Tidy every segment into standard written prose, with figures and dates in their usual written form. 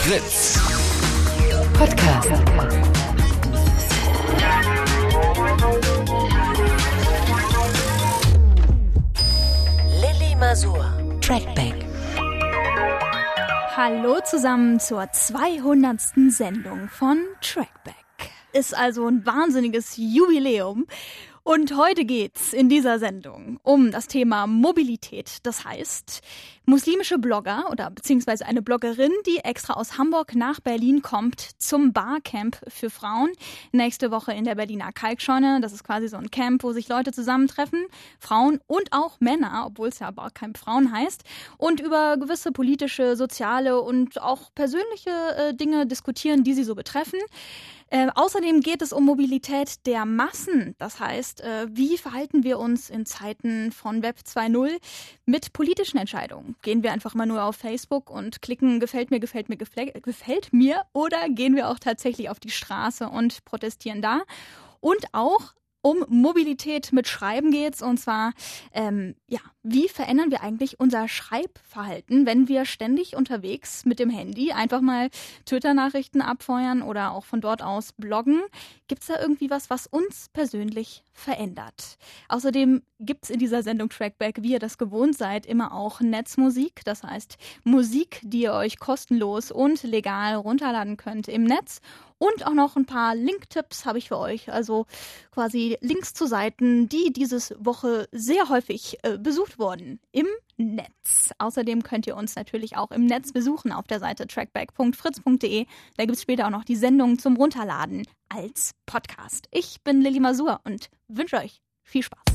Fritz Podcast. Lilly Masur, Trackback. Hallo zusammen zur 200. Sendung von Trackback. Ist also ein wahnsinniges Jubiläum. Und heute geht's in dieser Sendung um das Thema Mobilität. Das heißt, muslimische Blogger oder beziehungsweise eine Bloggerin, die extra aus Hamburg nach Berlin kommt zum Barcamp für Frauen. Nächste Woche in der Berliner Kalkscheune. Das ist quasi so ein Camp, wo sich Leute zusammentreffen, Frauen und auch Männer, obwohl es ja Barcamp Frauen heißt, und über gewisse politische, soziale und auch persönliche Dinge diskutieren, die sie so betreffen. Außerdem geht es um Mobilität der Massen. Das heißt, wie verhalten wir uns in Zeiten von Web 2.0 mit politischen Entscheidungen? Gehen wir einfach mal nur auf Facebook und klicken gefällt mir oder gehen wir auch tatsächlich auf die Straße und protestieren da? Und auch um Mobilität mit Schreiben geht's, und zwar, wie verändern wir eigentlich unser Schreibverhalten, wenn wir ständig unterwegs mit dem Handy einfach mal Twitter-Nachrichten abfeuern oder auch von dort aus bloggen? Gibt's da irgendwie was uns persönlich verändert? Außerdem gibt's in dieser Sendung Trackback, wie ihr das gewohnt seid, immer auch Netzmusik. Das heißt Musik, die ihr euch kostenlos und legal runterladen könnt im Netz. Und auch noch ein paar Link-Tipps habe ich für euch, also quasi Links zu Seiten, die diese Woche sehr häufig besucht wurden im Netz. Außerdem könnt ihr uns natürlich auch im Netz besuchen auf der Seite trackback.fritz.de. Da gibt es später auch noch die Sendung zum Runterladen als Podcast. Ich bin Lilly Masur und wünsche euch viel Spaß.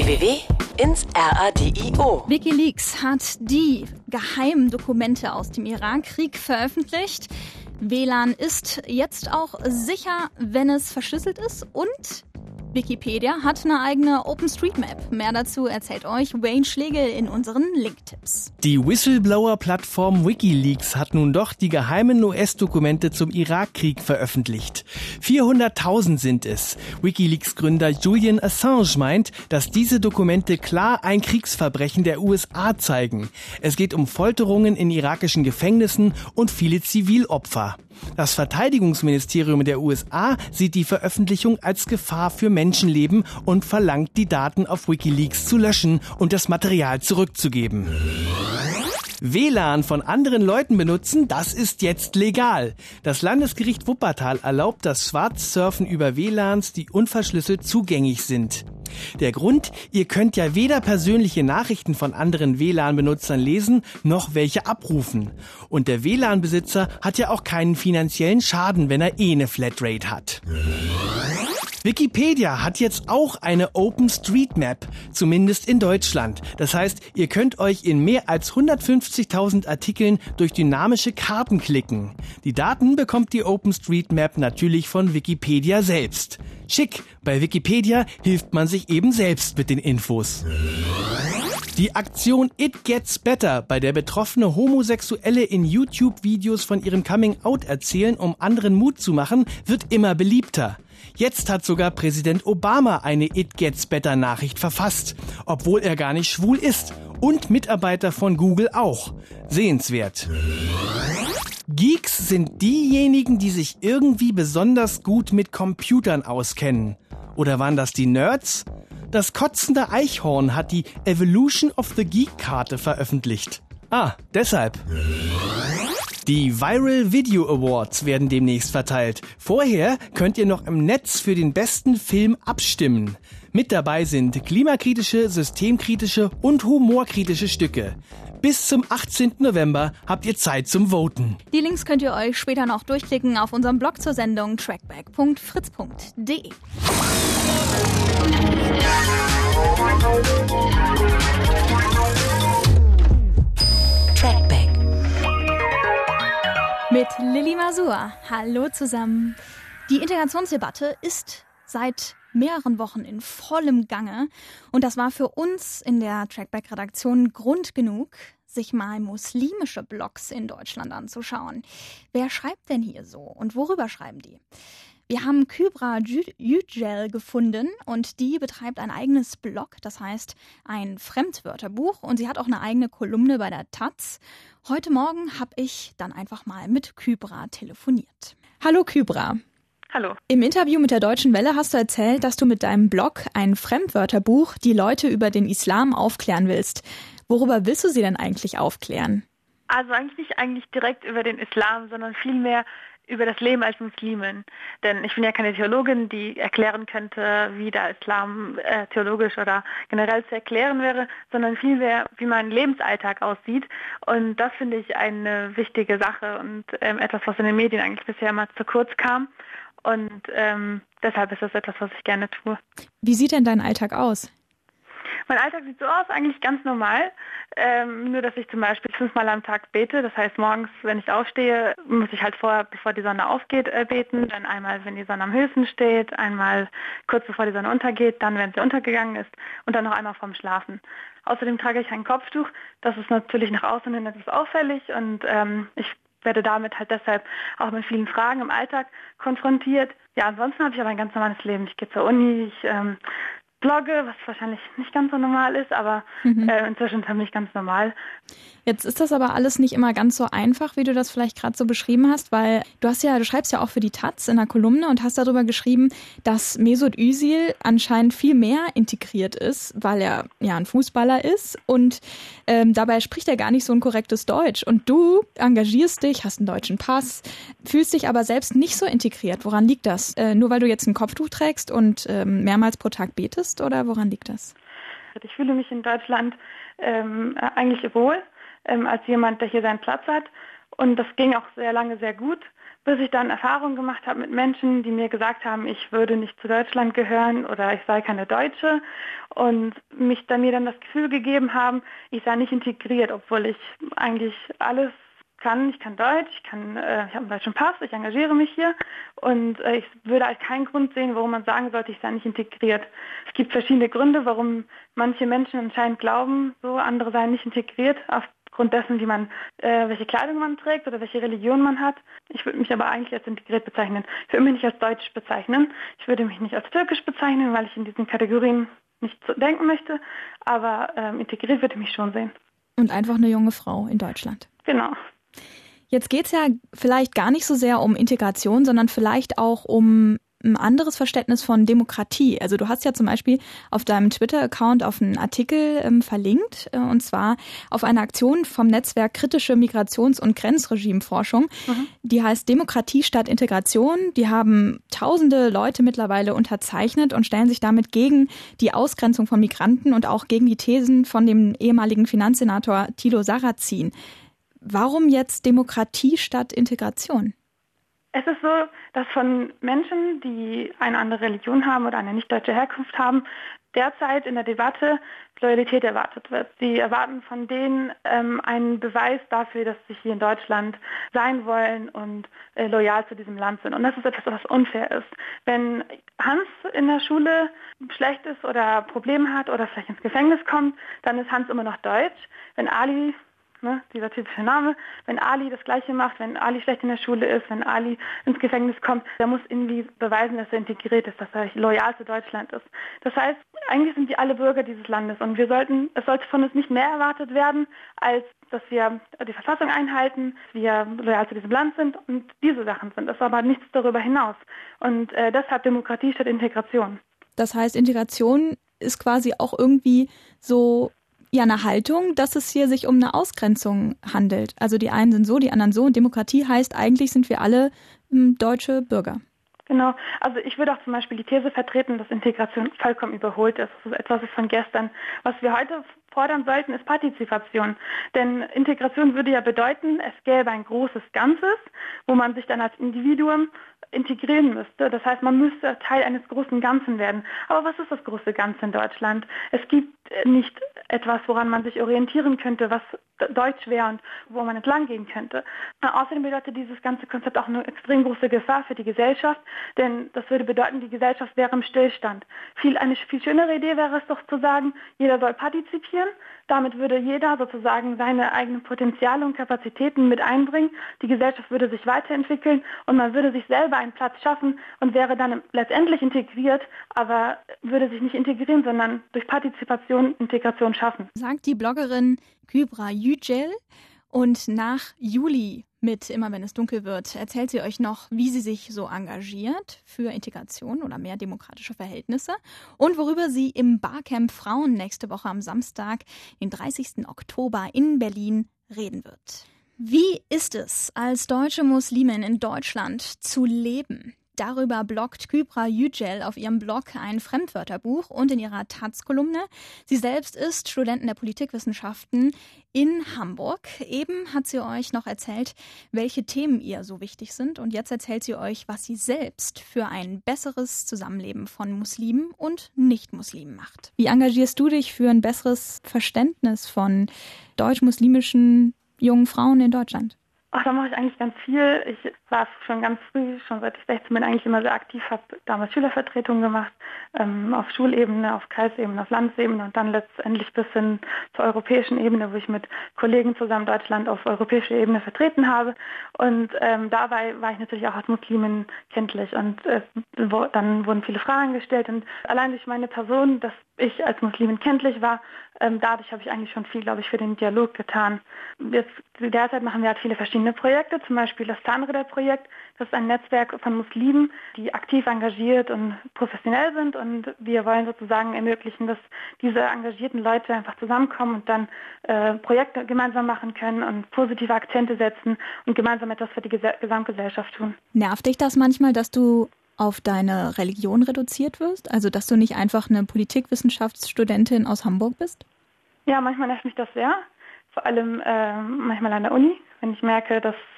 ins RADIO. WikiLeaks hat die geheimen Dokumente aus dem Irakkrieg veröffentlicht. WLAN ist jetzt auch sicher, wenn es verschlüsselt ist, und Wikipedia hat eine eigene OpenStreetMap. Mehr dazu erzählt euch Wayne Schlegel in unseren Link-Tipps. Die Whistleblower-Plattform WikiLeaks hat nun doch die geheimen US-Dokumente zum Irakkrieg veröffentlicht. 400.000 sind es. WikiLeaks-Gründer Julian Assange meint, dass diese Dokumente klar ein Kriegsverbrechen der USA zeigen. Es geht um Folterungen in irakischen Gefängnissen und viele Zivilopfer. Das Verteidigungsministerium der USA sieht die Veröffentlichung als Gefahr für Menschenleben und verlangt, die Daten auf WikiLeaks zu löschen und das Material zurückzugeben. WLAN von anderen Leuten benutzen, das ist jetzt legal. Das Landesgericht Wuppertal erlaubt das Schwarzsurfen über WLANs, die unverschlüsselt zugänglich sind. Der Grund: Ihr könnt ja weder persönliche Nachrichten von anderen WLAN-Benutzern lesen, noch welche abrufen. Und der WLAN-Besitzer hat ja auch keinen finanziellen Schaden, wenn er eine Flatrate hat. Wikipedia hat jetzt auch eine OpenStreetMap, zumindest in Deutschland. Das heißt, ihr könnt euch in mehr als 150.000 Artikeln durch dynamische Karten klicken. Die Daten bekommt die OpenStreetMap natürlich von Wikipedia selbst. Schick, bei Wikipedia hilft man sich eben selbst mit den Infos. Die Aktion It Gets Better, bei der betroffene Homosexuelle in YouTube-Videos von ihrem Coming-out erzählen, um anderen Mut zu machen, wird immer beliebter. Jetzt hat sogar Präsident Obama eine It Gets Better Nachricht verfasst, obwohl er gar nicht schwul ist. Und Mitarbeiter von Google auch. Sehenswert. Geeks sind diejenigen, die sich irgendwie besonders gut mit Computern auskennen. Oder waren das die Nerds? Das kotzende Eichhorn hat die Evolution of the Geek-Karte veröffentlicht. Deshalb. Die Viral Video Awards werden demnächst verteilt. Vorher könnt ihr noch im Netz für den besten Film abstimmen. Mit dabei sind klimakritische, systemkritische und humorkritische Stücke. Bis zum 18. November habt ihr Zeit zum Voten. Die Links könnt ihr euch später noch durchklicken auf unserem Blog zur Sendung trackback.fritz.de. Trackback. Mit Lilly Masur. Hallo zusammen. Die Integrationsdebatte ist seit mehreren Wochen in vollem Gange. Und das war für uns in der Trackback-Redaktion Grund genug, sich mal muslimische Blogs in Deutschland anzuschauen. Wer schreibt denn hier so und worüber schreiben die? Wir haben Kübra Yücel gefunden und die betreibt ein eigenes Blog, das heißt ein Fremdwörterbuch, und sie hat auch eine eigene Kolumne bei der Taz. Heute Morgen habe ich dann einfach mal mit Kübra telefoniert. Hallo Kübra. Hallo. Im Interview mit der Deutschen Welle hast du erzählt, dass du mit deinem Blog, ein Fremdwörterbuch, die Leute über den Islam aufklären willst. Worüber willst du sie denn eigentlich aufklären? Also eigentlich nicht direkt über den Islam, sondern vielmehr über das Leben als Muslimin. Denn ich bin ja keine Theologin, die erklären könnte, wie der Islam theologisch oder generell zu erklären wäre, sondern vielmehr, wie mein Lebensalltag aussieht. Und das finde ich eine wichtige Sache und etwas, was in den Medien eigentlich bisher mal zu kurz kam. Und deshalb ist das etwas, was ich gerne tue. Wie sieht denn dein Alltag aus? Mein Alltag sieht so aus, eigentlich ganz normal. Nur, dass ich zum Beispiel 5-mal am Tag bete. Das heißt, morgens, wenn ich aufstehe, muss ich halt vorher, bevor die Sonne aufgeht, beten. Dann einmal, wenn die Sonne am höchsten steht, einmal kurz bevor die Sonne untergeht, dann, wenn sie untergegangen ist, und dann noch einmal vorm Schlafen. Außerdem trage ich ein Kopftuch. Das ist natürlich nach außen hin etwas auffällig, und ich werde damit halt deshalb auch mit vielen Fragen im Alltag konfrontiert. Ja, ansonsten habe ich aber ein ganz normales Leben. Ich gehe zur Uni, ich blogge, was wahrscheinlich nicht ganz so normal ist, aber inzwischen für mich ganz normal. Jetzt ist das aber alles nicht immer ganz so einfach, wie du das vielleicht gerade so beschrieben hast, weil du schreibst ja auch für die Taz in einer Kolumne und hast darüber geschrieben, dass Mesut Özil anscheinend viel mehr integriert ist, weil er ja ein Fußballer ist, und dabei spricht er gar nicht so ein korrektes Deutsch. Und du engagierst dich, hast einen deutschen Pass, fühlst dich aber selbst nicht so integriert. Woran liegt das? Nur weil du jetzt ein Kopftuch trägst und mehrmals pro Tag betest, oder woran liegt das? Ich fühle mich in Deutschland eigentlich wohl, als jemand, der hier seinen Platz hat. Und das ging auch sehr lange sehr gut, bis ich dann Erfahrungen gemacht habe mit Menschen, die mir gesagt haben, ich würde nicht zu Deutschland gehören oder ich sei keine Deutsche und mir dann das Gefühl gegeben haben, ich sei nicht integriert, obwohl ich eigentlich alles kann. Ich kann Deutsch, ich habe einen deutschen Pass, ich engagiere mich hier und ich würde halt keinen Grund sehen, warum man sagen sollte, ich sei nicht integriert. Es gibt verschiedene Gründe, warum manche Menschen anscheinend glauben, so andere seien nicht integriert, aufgrund dessen, welche Kleidung man trägt oder welche Religion man hat. Ich würde mich aber eigentlich als integriert bezeichnen. Ich würde mich nicht als deutsch bezeichnen. Ich würde mich nicht als türkisch bezeichnen, weil ich in diesen Kategorien nicht denken möchte, aber integriert würde ich mich schon sehen. Und einfach eine junge Frau in Deutschland. Genau. Jetzt geht's ja vielleicht gar nicht so sehr um Integration, sondern vielleicht auch um ein anderes Verständnis von Demokratie. Also du hast ja zum Beispiel auf deinem Twitter-Account auf einen Artikel verlinkt, und zwar auf eine Aktion vom Netzwerk Kritische Migrations- und Grenzregimeforschung. Die heißt Demokratie statt Integration. Die haben tausende Leute mittlerweile unterzeichnet und stellen sich damit gegen die Ausgrenzung von Migranten und auch gegen die Thesen von dem ehemaligen Finanzsenator Thilo Sarrazin. Warum jetzt Demokratie statt Integration? Es ist so, dass von Menschen, die eine andere Religion haben oder eine nicht-deutsche Herkunft haben, derzeit in der Debatte Loyalität erwartet wird. Sie erwarten von denen einen Beweis dafür, dass sie hier in Deutschland sein wollen und loyal zu diesem Land sind. Und das ist etwas, was unfair ist. Wenn Hans in der Schule schlecht ist oder Probleme hat oder vielleicht ins Gefängnis kommt, dann ist Hans immer noch deutsch. Wenn Ali, dieser typische Name, wenn Ali das Gleiche macht, wenn Ali schlecht in der Schule ist, wenn Ali ins Gefängnis kommt, der muss irgendwie beweisen, dass er integriert ist, dass er loyal zu Deutschland ist. Das heißt, eigentlich sind wir alle Bürger dieses Landes und es sollte von uns nicht mehr erwartet werden, als dass wir die Verfassung einhalten, wir loyal zu diesem Land sind und diese Sachen sind. Das ist aber nichts darüber hinaus. Und deshalb Demokratie statt Integration. Das heißt, Integration ist quasi auch irgendwie so eine Haltung, dass es hier sich um eine Ausgrenzung handelt. Also die einen sind so, die anderen so. Und Demokratie heißt, eigentlich sind wir alle deutsche Bürger. Genau. Also ich würde auch zum Beispiel die These vertreten, dass Integration vollkommen überholt ist. Das ist etwas von gestern. Was wir heute fordern sollten, ist Partizipation. Denn Integration würde ja bedeuten, es gäbe ein großes Ganzes, wo man sich dann als Individuum integrieren müsste. Das heißt, man müsste Teil eines großen Ganzen werden. Aber was ist das große Ganze in Deutschland? Es gibt nicht etwas, woran man sich orientieren könnte, was deutsch wäre und wo man entlang gehen könnte. Außerdem bedeutet dieses ganze Konzept auch eine extrem große Gefahr für die Gesellschaft, denn das würde bedeuten, die Gesellschaft wäre im Stillstand. Eine viel schönere Idee wäre es doch zu sagen, jeder soll partizipieren. Damit würde jeder sozusagen seine eigenen Potenziale und Kapazitäten mit einbringen. Die Gesellschaft würde sich weiterentwickeln und man würde sich selber einen Platz schaffen und wäre dann letztendlich integriert, aber würde sich nicht integrieren, sondern durch Partizipation Integration schaffen. Sagt die Bloggerin Kübra Yücel. Und nach Juli mit Immer wenn es dunkel wird erzählt sie euch noch, wie sie sich so engagiert für Integration oder mehr demokratische Verhältnisse und worüber sie im Barcamp Frauen nächste Woche am Samstag, den 30. Oktober in Berlin reden wird. Wie ist es, als deutsche Muslimin in Deutschland zu leben? Darüber bloggt Kübra Yücel auf ihrem Blog ein Fremdwörterbuch und in ihrer Taz-Kolumne. Sie selbst ist Studentin der Politikwissenschaften in Hamburg. Eben hat sie euch noch erzählt, welche Themen ihr so wichtig sind. Und jetzt erzählt sie euch, was sie selbst für ein besseres Zusammenleben von Muslimen und Nicht-Muslimen macht. Wie engagierst du dich für ein besseres Verständnis von deutsch-muslimischen jungen Frauen in Deutschland? Ach, da mache ich eigentlich ganz viel. Ich war schon ganz früh, schon seit ich 16 bin, eigentlich immer sehr aktiv, habe damals Schülervertretungen gemacht, auf Schulebene, auf Kreisebene, auf Landesebene und dann letztendlich bis hin zur europäischen Ebene, wo ich mit Kollegen zusammen Deutschland auf europäischer Ebene vertreten habe. Und dabei war ich natürlich auch als Muslimin kenntlich und dann wurden viele Fragen gestellt und allein durch meine Person, dass ich als Muslimin kenntlich war, dadurch habe ich eigentlich schon viel, glaube ich, für den Dialog getan. Jetzt derzeit machen wir halt viele verschiedene Projekte, zum Beispiel das Zahnräder-Projekt. Das ist ein Netzwerk von Muslimen, die aktiv engagiert und professionell sind und wir wollen sozusagen ermöglichen, dass diese engagierten Leute einfach zusammenkommen und dann Projekte gemeinsam machen können und positive Akzente setzen und gemeinsam etwas für die Gesamtgesellschaft tun. Nervt dich das manchmal, dass du auf deine Religion reduziert wirst? Also, dass du nicht einfach eine Politikwissenschaftsstudentin aus Hamburg bist? Ja, manchmal nervt mich das sehr. Vor allem manchmal an der Uni, wenn ich merke, dass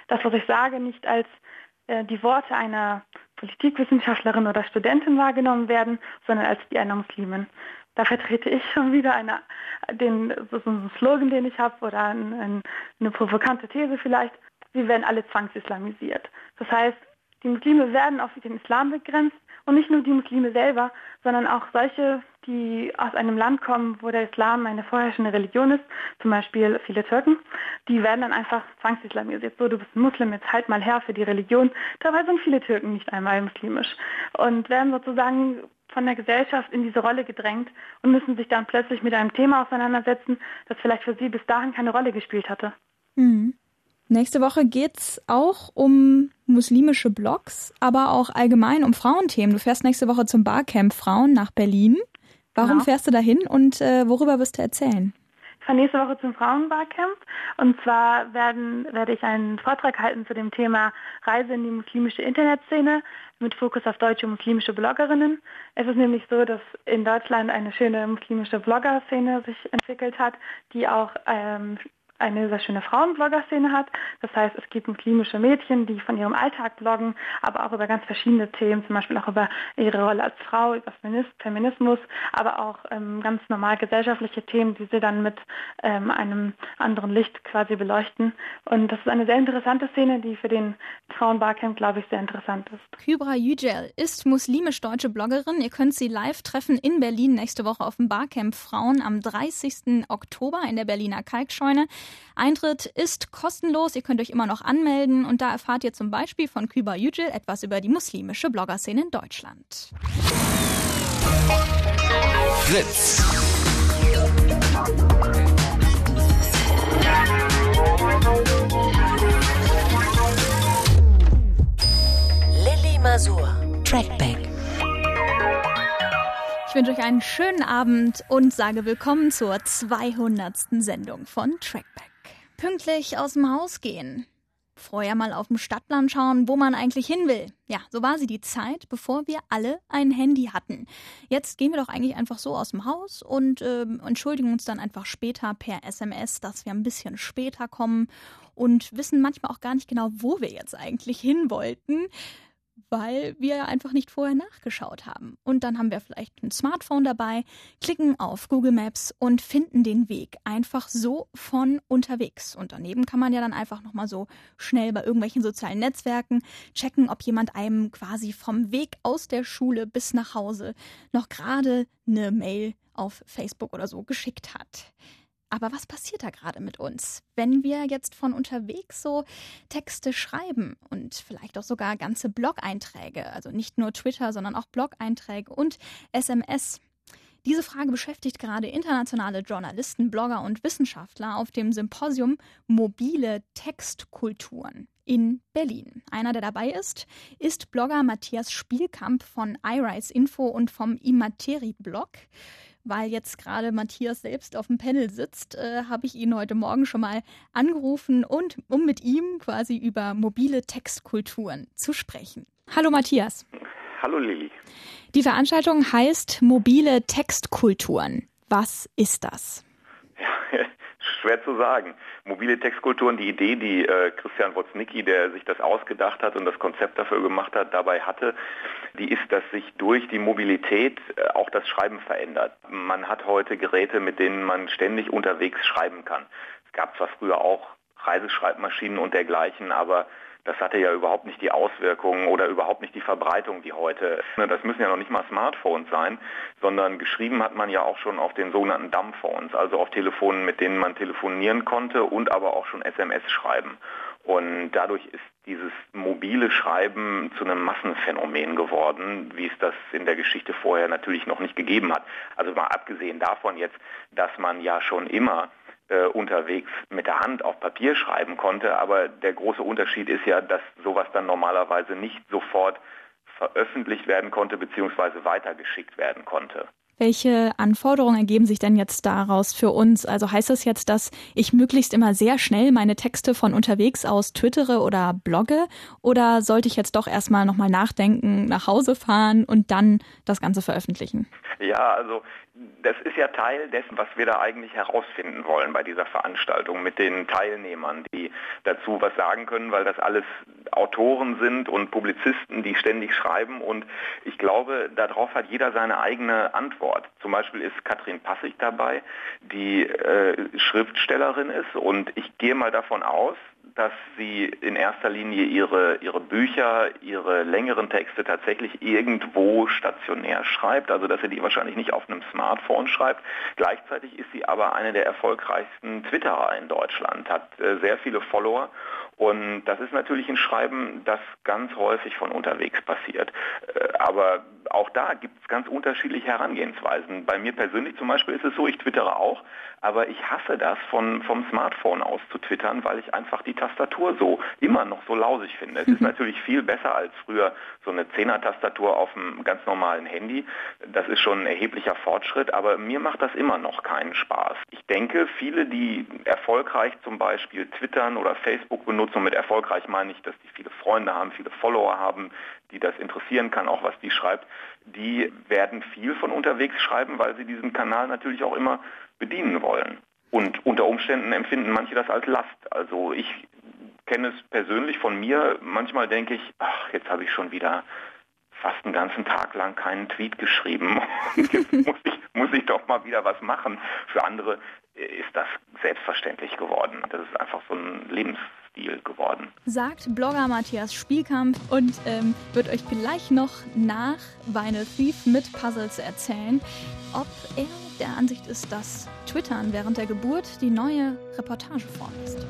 das, was ich sage, nicht als die Worte einer Politikwissenschaftlerin oder Studentin wahrgenommen werden, sondern als die einer Muslimin. Da vertrete ich schon wieder so einen Slogan, den ich habe, oder eine provokante These vielleicht. Sie werden alle zwangsislamisiert. Das heißt, die Muslime werden auf den Islam begrenzt und nicht nur die Muslime selber, sondern auch solche, die aus einem Land kommen, wo der Islam eine vorherrschende Religion ist, zum Beispiel viele Türken, die werden dann einfach zwangsislamisiert. So, du bist ein Muslim, jetzt halt mal her für die Religion. Dabei sind viele Türken nicht einmal muslimisch und werden sozusagen von der Gesellschaft in diese Rolle gedrängt und müssen sich dann plötzlich mit einem Thema auseinandersetzen, das vielleicht für sie bis dahin keine Rolle gespielt hatte. Mhm. Nächste Woche geht's auch um muslimische Blogs, aber auch allgemein um Frauenthemen. Du fährst nächste Woche zum Barcamp Frauen nach Berlin. Warum fährst du dahin und worüber wirst du erzählen? Ich fahre nächste Woche zum Frauenbarcamp und zwar werde ich einen Vortrag halten zu dem Thema Reise in die muslimische Internetszene mit Fokus auf deutsche muslimische Bloggerinnen. Es ist nämlich so, dass in Deutschland eine schöne muslimische Bloggerszene sich entwickelt hat, die auch eine sehr schöne Frauenblogger-Szene hat. Das heißt, es gibt muslimische Mädchen, die von ihrem Alltag bloggen, aber auch über ganz verschiedene Themen, zum Beispiel auch über ihre Rolle als Frau, über Feminismus, aber auch ganz normal gesellschaftliche Themen, die sie dann mit einem anderen Licht quasi beleuchten. Und das ist eine sehr interessante Szene, die für den Frauenbarcamp, glaube ich, sehr interessant ist. Kübra Yücel ist muslimisch-deutsche Bloggerin. Ihr könnt sie live treffen in Berlin nächste Woche auf dem Barcamp Frauen am 30. Oktober in der Berliner Kalkscheune. Eintritt ist kostenlos, ihr könnt euch immer noch anmelden und da erfahrt ihr zum Beispiel von Kübra Yücel etwas über die muslimische Bloggerszene in Deutschland. Fritz. Lilly Masur. Trackback. Ich wünsche euch einen schönen Abend und sage willkommen zur 200. Sendung von Trackback. Pünktlich aus dem Haus gehen. Vorher mal auf dem Stadtplan schauen, wo man eigentlich hin will. Ja, so war sie die Zeit, bevor wir alle ein Handy hatten. Jetzt gehen wir doch eigentlich einfach so aus dem Haus und entschuldigen uns dann einfach später per SMS, dass wir ein bisschen später kommen und wissen manchmal auch gar nicht genau, wo wir jetzt eigentlich hin wollten, weil wir einfach nicht vorher nachgeschaut haben. Und dann haben wir vielleicht ein Smartphone dabei, klicken auf Google Maps und finden den Weg einfach so von unterwegs. Und daneben kann man ja dann einfach nochmal so schnell bei irgendwelchen sozialen Netzwerken checken, ob jemand einem quasi vom Weg aus der Schule bis nach Hause noch gerade eine Mail auf Facebook oder so geschickt hat. Aber was passiert da gerade mit uns, wenn wir jetzt von unterwegs so Texte schreiben und vielleicht auch sogar ganze Blog-Einträge, also nicht nur Twitter, sondern auch Blog-Einträge und SMS? Diese Frage beschäftigt gerade internationale Journalisten, Blogger und Wissenschaftler auf dem Symposium Mobile Textkulturen in Berlin. Einer, der dabei ist Blogger Matthias Spielkamp von iRise Info und vom Immateri-Blog. Weil jetzt gerade Matthias selbst auf dem Panel sitzt, habe ich ihn heute Morgen schon mal angerufen, um mit ihm quasi über mobile Textkulturen zu sprechen. Hallo Matthias. Hallo Lilly. Die Veranstaltung heißt Mobile Textkulturen. Was ist das? Ja, schwer zu sagen. Mobile Textkulturen, die Idee, die Christian Woznicki, der sich das ausgedacht hat und das Konzept dafür gemacht hat, dabei hatte, die ist, dass sich durch die Mobilität auch das Schreiben verändert. Man hat heute Geräte, mit denen man ständig unterwegs schreiben kann. Es gab zwar früher auch Reiseschreibmaschinen und dergleichen, aber das hatte ja überhaupt nicht die Auswirkungen oder überhaupt nicht die Verbreitung wie heute. Das müssen ja noch nicht mal Smartphones sein, sondern geschrieben hat man ja auch schon auf den sogenannten Dumbphones, also auf Telefonen, mit denen man telefonieren konnte und aber auch schon SMS schreiben. Und dadurch ist dieses mobile Schreiben zu einem Massenphänomen geworden, wie es das in der Geschichte vorher natürlich noch nicht gegeben hat. Also mal abgesehen davon jetzt, dass man ja schon immer unterwegs mit der Hand auf Papier schreiben konnte, aber der große Unterschied ist ja, dass sowas dann normalerweise nicht sofort veröffentlicht werden konnte bzw. weitergeschickt werden konnte. Welche Anforderungen ergeben sich denn jetzt daraus für uns? Also heißt das jetzt, dass ich möglichst immer sehr schnell meine Texte von unterwegs aus twittere oder blogge? Oder sollte ich jetzt doch erstmal nochmal nachdenken, nach Hause fahren und dann das Ganze veröffentlichen? Ja, also Das ist ja Teil dessen, was wir da eigentlich herausfinden wollen bei dieser Veranstaltung mit den Teilnehmern, die dazu was sagen können, weil das alles Autoren sind und Publizisten, die ständig schreiben, und ich glaube, darauf hat jeder seine eigene Antwort. Zum Beispiel ist Katrin Passig dabei, die Schriftstellerin ist, und ich gehe mal davon aus, dass sie in erster Linie ihre Bücher, ihre längeren Texte tatsächlich irgendwo stationär schreibt, also dass sie die wahrscheinlich nicht auf einem Smartphone schreibt. Gleichzeitig ist sie aber eine der erfolgreichsten Twitterer in Deutschland, hat sehr viele Follower, und das ist natürlich ein Schreiben, das ganz häufig von unterwegs passiert. Aber auch da gibt es ganz unterschiedliche Herangehensweisen. Bei mir persönlich zum Beispiel ist es so, ich twittere auch, aber ich hasse das, vom Smartphone aus zu twittern, weil ich einfach die Tastatur immer noch so lausig finde. Es ist natürlich viel besser als früher so eine 10er-Tastatur auf einem ganz normalen Handy. Das ist schon ein erheblicher Fortschritt, aber mir macht das immer noch keinen Spaß. Ich denke, viele, die erfolgreich zum Beispiel twittern oder Facebook benutzen, und mit erfolgreich meine ich, dass die viele Freunde haben, viele Follower haben, die das interessieren kann, auch was die schreibt, die werden viel von unterwegs schreiben, weil sie diesen Kanal natürlich auch immer bedienen wollen. Und unter Umständen empfinden manche das als Last. Also ich kenne es persönlich von mir. Manchmal denke ich, ach, jetzt habe ich schon wieder fast einen ganzen Tag lang keinen Tweet geschrieben. Jetzt muss ich doch mal wieder was machen. Für andere ist das selbstverständlich geworden. Das ist einfach so ein Lebensstil geworden. Sagt Blogger Matthias Spielkamp und wird euch gleich noch nach Vinyl Thief mit Puzzles erzählen, ob er der Ansicht ist, dass Twittern während der Geburt die neue Reportageform ist.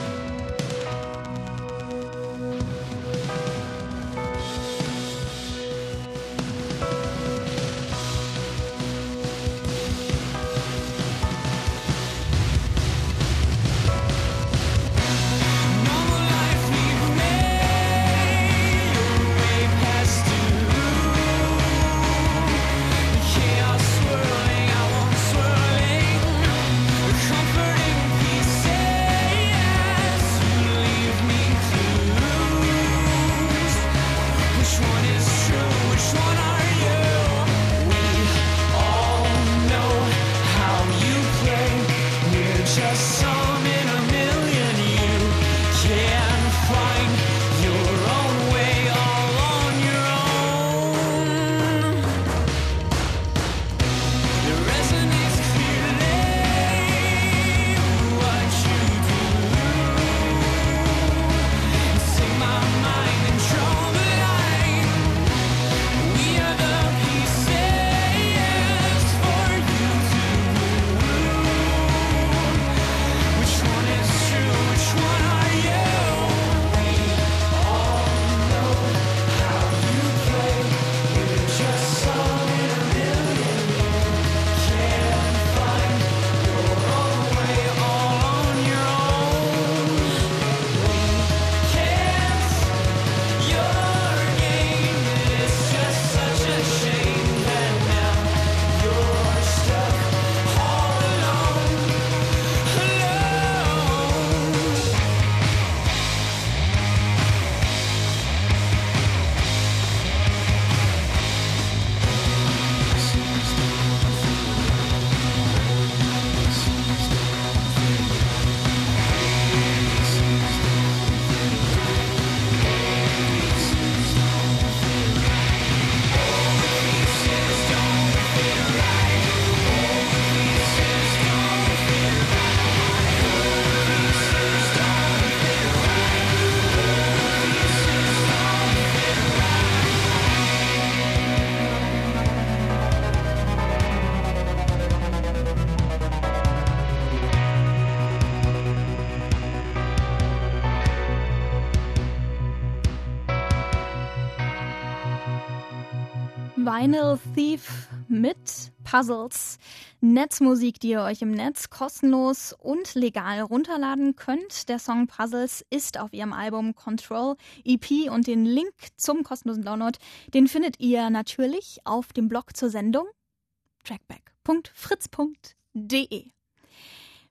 Vinyl Thief mit Puzzles. Netzmusik, die ihr euch im Netz kostenlos und legal runterladen könnt. Der Song Puzzles ist auf ihrem Album Control EP und den Link zum kostenlosen Download, den findet ihr natürlich auf dem Blog zur Sendung trackback.fritz.de.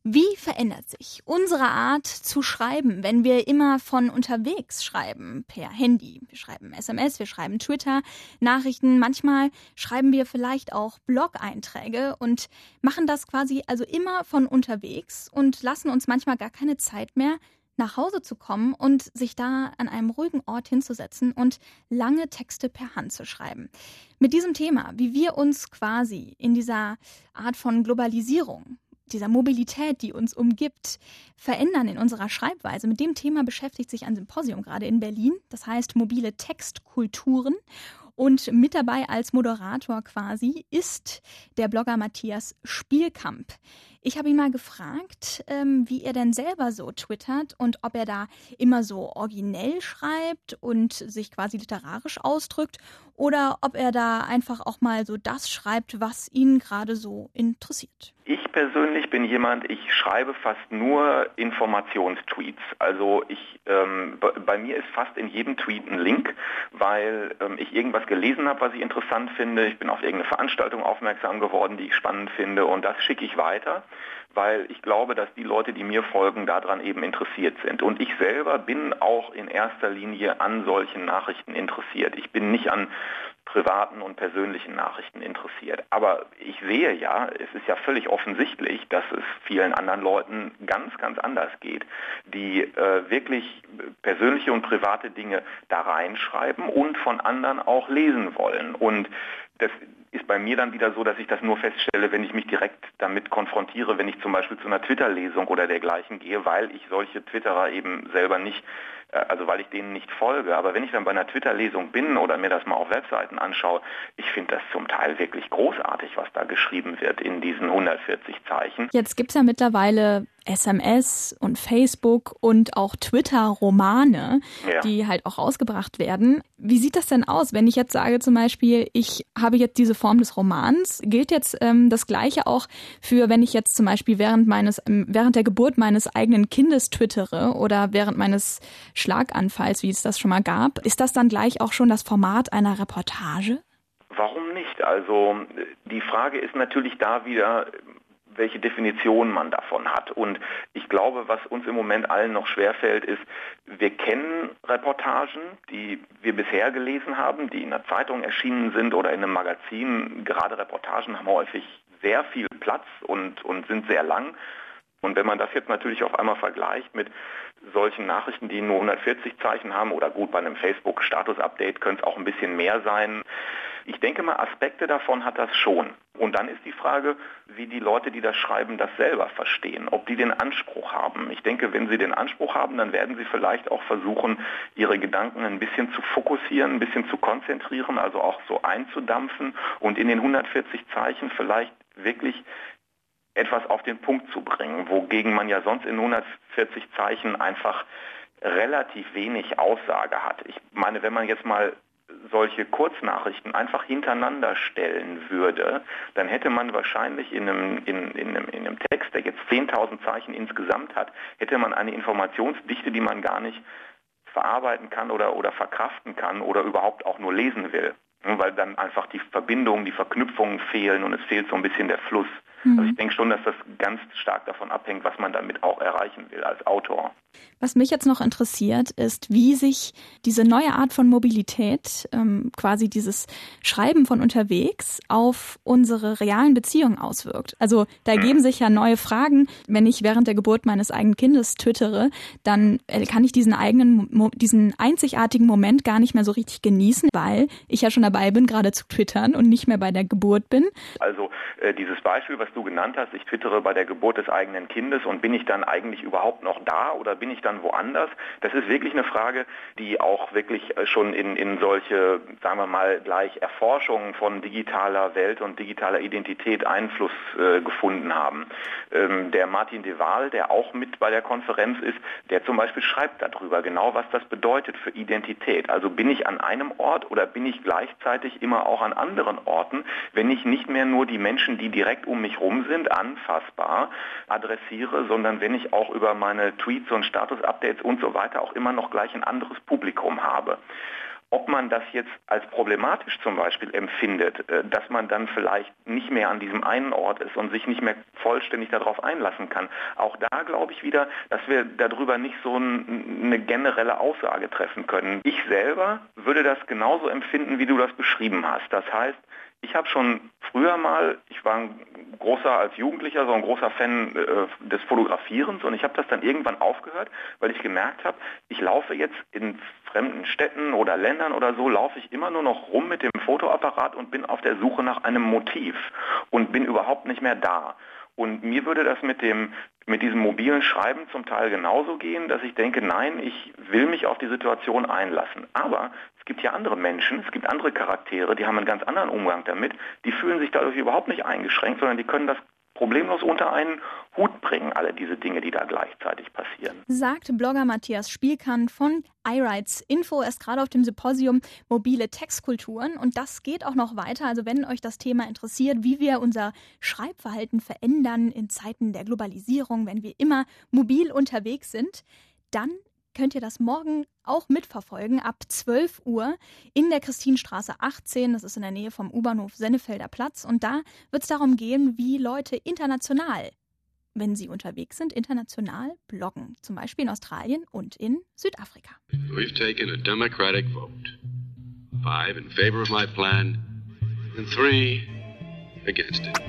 Wie verändert sich unsere Art zu schreiben, wenn wir immer von unterwegs schreiben, per Handy? Wir schreiben SMS, wir schreiben Twitter, Nachrichten, manchmal schreiben wir vielleicht auch Blog-Einträge und machen das quasi also immer von unterwegs und lassen uns manchmal gar keine Zeit mehr, nach Hause zu kommen und sich da an einem ruhigen Ort hinzusetzen und lange Texte per Hand zu schreiben. Mit diesem Thema, wie wir uns quasi in dieser Art von Globalisierung, dieser Mobilität, die uns umgibt, verändern in unserer Schreibweise. Mit dem Thema beschäftigt sich ein Symposium gerade in Berlin. Das heißt mobile Textkulturen. Und mit dabei als Moderator quasi ist der Blogger Matthias Spielkamp. Ich habe ihn mal gefragt, wie er denn selber so twittert und ob er da immer so originell schreibt und sich quasi literarisch ausdrückt oder ob er da einfach auch mal so das schreibt, was ihn gerade so interessiert. Ich persönlich bin jemand, ich schreibe fast nur Informationstweets. Also bei mir ist fast in jedem Tweet ein Link, weil ich irgendwas gelesen habe, was ich interessant finde. Ich bin auf irgendeine Veranstaltung aufmerksam geworden, die ich spannend finde und das schicke ich weiter, weil ich glaube, dass die Leute, die mir folgen, daran eben interessiert sind. Und ich selber bin auch in erster Linie an solchen Nachrichten interessiert. Ich bin nicht an privaten und persönlichen Nachrichten interessiert. Aber ich sehe ja, es ist ja völlig offensichtlich, dass es vielen anderen Leuten ganz, ganz anders geht, die wirklich persönliche und private Dinge da reinschreiben und von anderen auch lesen wollen. Und das ist bei mir dann wieder so, dass ich das nur feststelle, wenn ich mich direkt damit konfrontiere, wenn ich zum Beispiel zu einer Twitter-Lesung oder dergleichen gehe, weil ich solche Twitterer eben selber nicht, also weil ich denen nicht folge. Aber wenn ich dann bei einer Twitter-Lesung bin oder mir das mal auf Webseiten anschaue, ich finde das zum Teil wirklich großartig, was da geschrieben wird in diesen 140 Zeichen. Jetzt gibt es ja mittlerweile SMS und Facebook und auch Twitter-Romane, die halt auch rausgebracht werden. Wie sieht das denn aus, wenn ich jetzt sage zum Beispiel, ich habe jetzt diese Form des Romans? Gilt jetzt das Gleiche auch für, wenn ich jetzt zum Beispiel während der Geburt meines eigenen Kindes twittere oder während meines Schlaganfalls, wie es das schon mal gab? Ist das dann gleich auch schon das Format einer Reportage? Warum nicht? Also die Frage ist natürlich da wieder, welche Definition man davon hat. Und ich glaube, was uns im Moment allen noch schwerfällt, ist, wir kennen Reportagen, die wir bisher gelesen haben, die in einer Zeitung erschienen sind oder in einem Magazin. Gerade Reportagen haben häufig sehr viel Platz und sind sehr lang. Und wenn man das jetzt natürlich auf einmal vergleicht mit solchen Nachrichten, die nur 140 Zeichen haben oder gut, bei einem Facebook-Status-Update könnte es auch ein bisschen mehr sein. Ich denke mal, Aspekte davon hat das schon. Und dann ist die Frage, wie die Leute, die das schreiben, das selber verstehen, ob die den Anspruch haben. Ich denke, wenn sie den Anspruch haben, dann werden sie vielleicht auch versuchen, ihre Gedanken ein bisschen zu fokussieren, ein bisschen zu konzentrieren, also auch so einzudampfen und in den 140 Zeichen vielleicht wirklich etwas auf den Punkt zu bringen, wogegen man ja sonst in 140 Zeichen einfach relativ wenig Aussage hat. Ich meine, wenn man jetzt mal solche Kurznachrichten einfach hintereinander stellen würde, dann hätte man wahrscheinlich in einem Text, der jetzt 10.000 Zeichen insgesamt hat, hätte man eine Informationsdichte, die man gar nicht verarbeiten kann oder verkraften kann oder überhaupt auch nur lesen will, weil dann einfach die Verbindungen, die Verknüpfungen fehlen und es fehlt so ein bisschen der Fluss. Also ich denke schon, dass das ganz stark davon abhängt, was man damit auch erreichen will als Autor. Was mich jetzt noch interessiert, ist, wie sich diese neue Art von Mobilität, quasi dieses Schreiben von unterwegs, auf unsere realen Beziehungen auswirkt. Also da ergeben sich ja neue Fragen. Wenn ich während der Geburt meines eigenen Kindes twittere, dann kann ich diesen einzigartigen Moment gar nicht mehr so richtig genießen, weil ich ja schon dabei bin, gerade zu twittern und nicht mehr bei der Geburt bin. Also dieses Beispiel, was du genannt hast, ich twittere bei der Geburt des eigenen Kindes und bin ich dann eigentlich überhaupt noch da oder bin ich dann woanders? Das ist wirklich eine Frage, die auch wirklich schon in solche, sagen wir mal, gleich Erforschungen von digitaler Welt und digitaler Identität Einfluss gefunden haben. Der Martin de Waal, der auch mit bei der Konferenz ist, der zum Beispiel schreibt darüber genau, was das bedeutet für Identität. Also bin ich an einem Ort oder bin ich gleichzeitig immer auch an anderen Orten, wenn ich nicht mehr nur die Menschen, die direkt um mich rum sind, anfassbar adressiere, sondern wenn ich auch über meine Tweets und Status-Updates und so weiter auch immer noch gleich ein anderes Publikum habe. Ob man das jetzt als problematisch zum Beispiel empfindet, dass man dann vielleicht nicht mehr an diesem einen Ort ist und sich nicht mehr vollständig darauf einlassen kann, auch da glaube ich wieder, dass wir darüber nicht so eine generelle Aussage treffen können. Ich selber würde das genauso empfinden, wie du das beschrieben hast. Das heißt, ich habe schon früher mal, ich war als Jugendlicher so ein großer Fan des Fotografierens und ich habe das dann irgendwann aufgehört, weil ich gemerkt habe, ich laufe jetzt in fremden Städten oder Ländern oder so, laufe ich immer nur noch rum mit dem Fotoapparat und bin auf der Suche nach einem Motiv und bin überhaupt nicht mehr da. Und mir würde das mit diesem mobilen Schreiben zum Teil genauso gehen, dass ich denke, nein, ich will mich auf die Situation einlassen. Aber es gibt ja andere Menschen, es gibt andere Charaktere, die haben einen ganz anderen Umgang damit, die fühlen sich dadurch überhaupt nicht eingeschränkt, sondern die können das problemlos unter einen Hut bringen, alle diese Dinge, die da gleichzeitig passieren. Sagt Blogger Matthias Spielkan von iWrites Info. Er ist gerade auf dem Symposium Mobile Textkulturen und das geht auch noch weiter. Also wenn euch das Thema interessiert, wie wir unser Schreibverhalten verändern in Zeiten der Globalisierung, wenn wir immer mobil unterwegs sind, dann könnt ihr das morgen auch mitverfolgen ab 12 Uhr in der Christinstraße 18. Das ist in der Nähe vom U-Bahnhof Sennefelder Platz. Und da wird es darum gehen, wie Leute international, wenn sie unterwegs sind, international bloggen. Zum Beispiel in Australien und in Südafrika. We've taken a democratic vote. 5 in favor of my plan and 3 against it.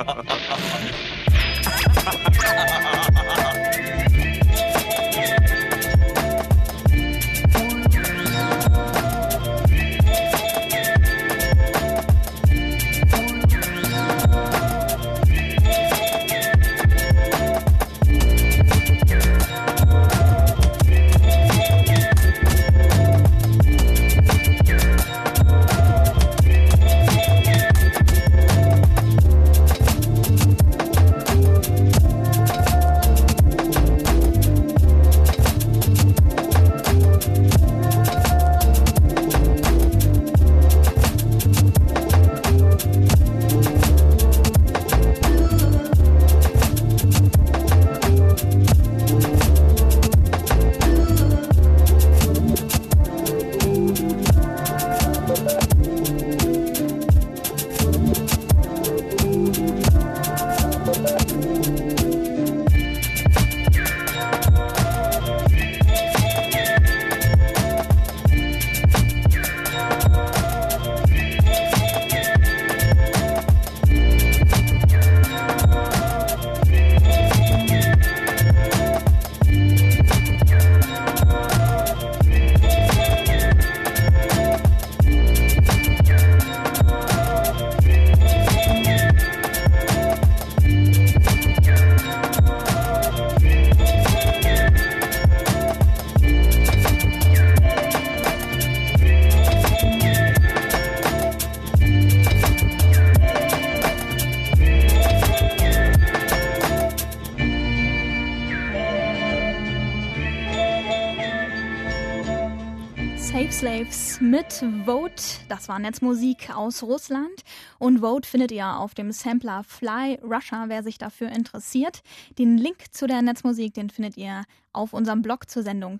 Slaves mit Vote. Das war Netzmusik aus Russland. Und Vote findet ihr auf dem Sampler Fly Russia, wer sich dafür interessiert. Den Link zu der Netzmusik, den findet ihr auf unserem Blog zur Sendung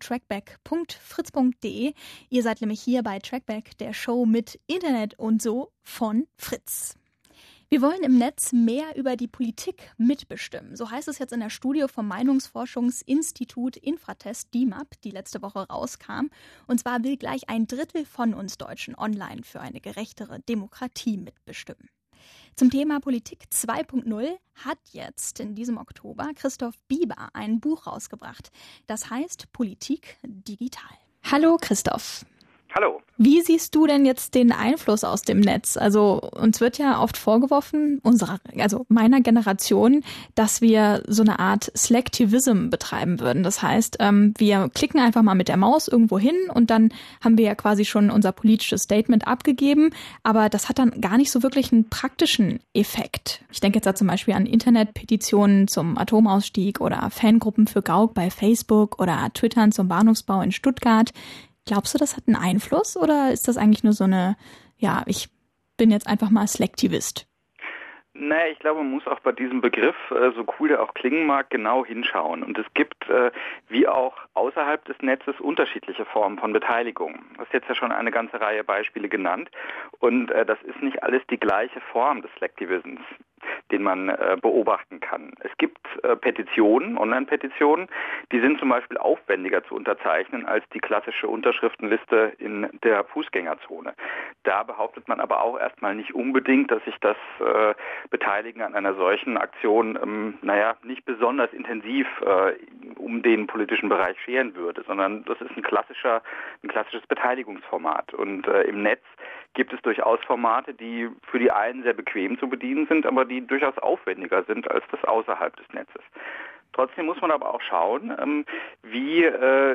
trackback.fritz.de. Ihr seid nämlich hier bei Trackback, der Show mit Internet und so von Fritz. Wir wollen im Netz mehr über die Politik mitbestimmen. So heißt es jetzt in der Studie vom Meinungsforschungsinstitut Infratest DIMAP, die letzte Woche rauskam. Und zwar will gleich 1/3 von uns Deutschen online für eine gerechtere Demokratie mitbestimmen. Zum Thema Politik 2.0 hat jetzt in diesem Oktober Christoph Bieber ein Buch rausgebracht. Das heißt Politik digital. Hallo Christoph. Hallo. Wie siehst du denn jetzt den Einfluss aus dem Netz? Also uns wird ja oft vorgeworfen, meiner Generation, dass wir so eine Art Slacktivism betreiben würden. Das heißt, wir klicken einfach mal mit der Maus irgendwo hin und dann haben wir ja quasi schon unser politisches Statement abgegeben. Aber das hat dann gar nicht so wirklich einen praktischen Effekt. Ich denke jetzt da zum Beispiel an Internetpetitionen zum Atomausstieg oder Fangruppen für Gauck bei Facebook oder Twittern zum Bahnhofsbau in Stuttgart. Glaubst du, das hat einen Einfluss oder ist das eigentlich nur so eine, ich bin jetzt einfach mal Slacktivist? Naja, ich glaube, man muss auch bei diesem Begriff, so cool der auch klingen mag, genau hinschauen. Und es gibt, wie auch außerhalb des Netzes, unterschiedliche Formen von Beteiligung. Du hast jetzt ja schon eine ganze Reihe Beispiele genannt. Und das ist nicht alles die gleiche Form des Slacktivisms, den man beobachten kann. Es gibt Petitionen, Online-Petitionen, die sind zum Beispiel aufwendiger zu unterzeichnen als die klassische Unterschriftenliste in der Fußgängerzone. Da behauptet man aber auch erstmal nicht unbedingt, dass sich das Beteiligen an einer solchen Aktion, nicht besonders intensiv um den politischen Bereich scheren würde, sondern das ist ein klassisches Beteiligungsformat. Und im Netz gibt es durchaus Formate, die für die einen sehr bequem zu bedienen sind, aber die durchaus aufwendiger sind als das außerhalb des Netzes. Trotzdem muss man aber auch schauen, wie